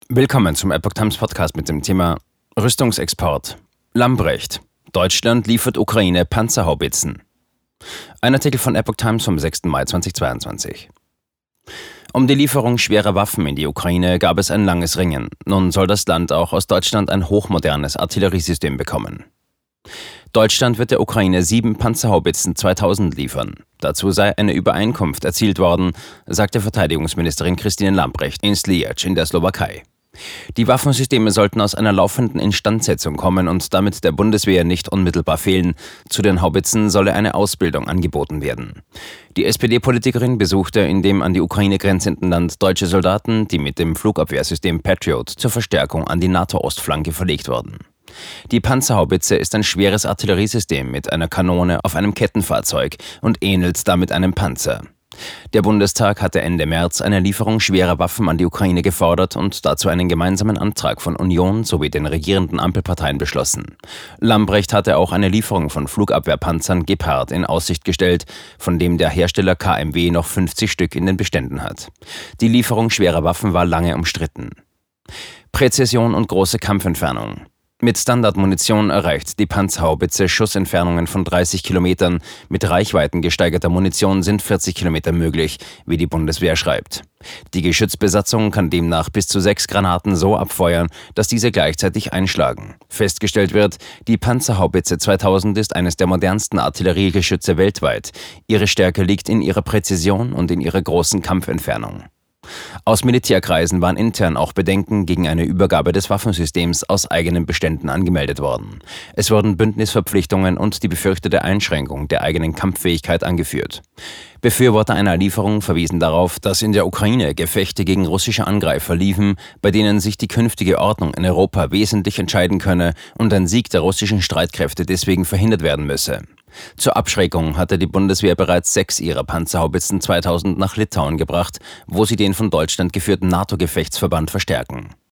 Willkommen zum Epoch Times Podcast mit dem Thema Rüstungsexport. Lambrecht. Deutschland liefert Ukraine Panzerhaubitzen. Ein Artikel von Epoch Times vom 6. Mai 2022. Um die Lieferung schwerer Waffen in die Ukraine gab es ein langes Ringen. Nun soll das Land auch aus Deutschland ein hochmodernes Artilleriesystem bekommen. Deutschland wird der Ukraine 7 Panzerhaubitzen 2000 liefern. Dazu sei eine Übereinkunft erzielt worden, sagte Verteidigungsministerin Christine Lambrecht in Sliac in der Slowakei. Die Waffensysteme sollten aus einer laufenden Instandsetzung kommen und damit der Bundeswehr nicht unmittelbar fehlen. Zu den Haubitzen solle eine Ausbildung angeboten werden. Die SPD-Politikerin besuchte in dem an die Ukraine grenzenden Land deutsche Soldaten, die mit dem Flugabwehrsystem Patriot zur Verstärkung an die NATO-Ostflanke verlegt wurden. Die Panzerhaubitze ist ein schweres Artilleriesystem mit einer Kanone auf einem Kettenfahrzeug und ähnelt damit einem Panzer. Der Bundestag hatte Ende März eine Lieferung schwerer Waffen an die Ukraine gefordert und dazu einen gemeinsamen Antrag von Union sowie den regierenden Ampelparteien beschlossen. Lambrecht hatte auch eine Lieferung von Flugabwehrpanzern Gepard in Aussicht gestellt, von dem der Hersteller KMW noch 50 Stück in den Beständen hat. Die Lieferung schwerer Waffen war lange umstritten. Präzision und große Kampfentfernung. Mit Standardmunition erreicht die Panzerhaubitze Schussentfernungen von 30 Kilometern. Mit reichweitengesteigerter Munition sind 40 Kilometer möglich, wie die Bundeswehr schreibt. Die Geschützbesatzung kann demnach bis zu 6 Granaten so abfeuern, dass diese gleichzeitig einschlagen. Festgestellt wird, die Panzerhaubitze 2000 ist eines der modernsten Artilleriegeschütze weltweit. Ihre Stärke liegt in ihrer Präzision und in ihrer großen Kampfentfernung. Aus Militärkreisen waren intern auch Bedenken gegen eine Übergabe des Waffensystems aus eigenen Beständen angemeldet worden. Es wurden Bündnisverpflichtungen und die befürchtete Einschränkung der eigenen Kampffähigkeit angeführt. Befürworter einer Lieferung verwiesen darauf, dass in der Ukraine Gefechte gegen russische Angreifer liefen, bei denen sich die künftige Ordnung in Europa wesentlich entscheiden könne und ein Sieg der russischen Streitkräfte deswegen verhindert werden müsse. Zur Abschreckung hatte die Bundeswehr bereits 6 ihrer Panzerhaubitzen 2000 nach Litauen gebracht, wo sie den von Deutschland geführten NATO-Gefechtsverband verstärken.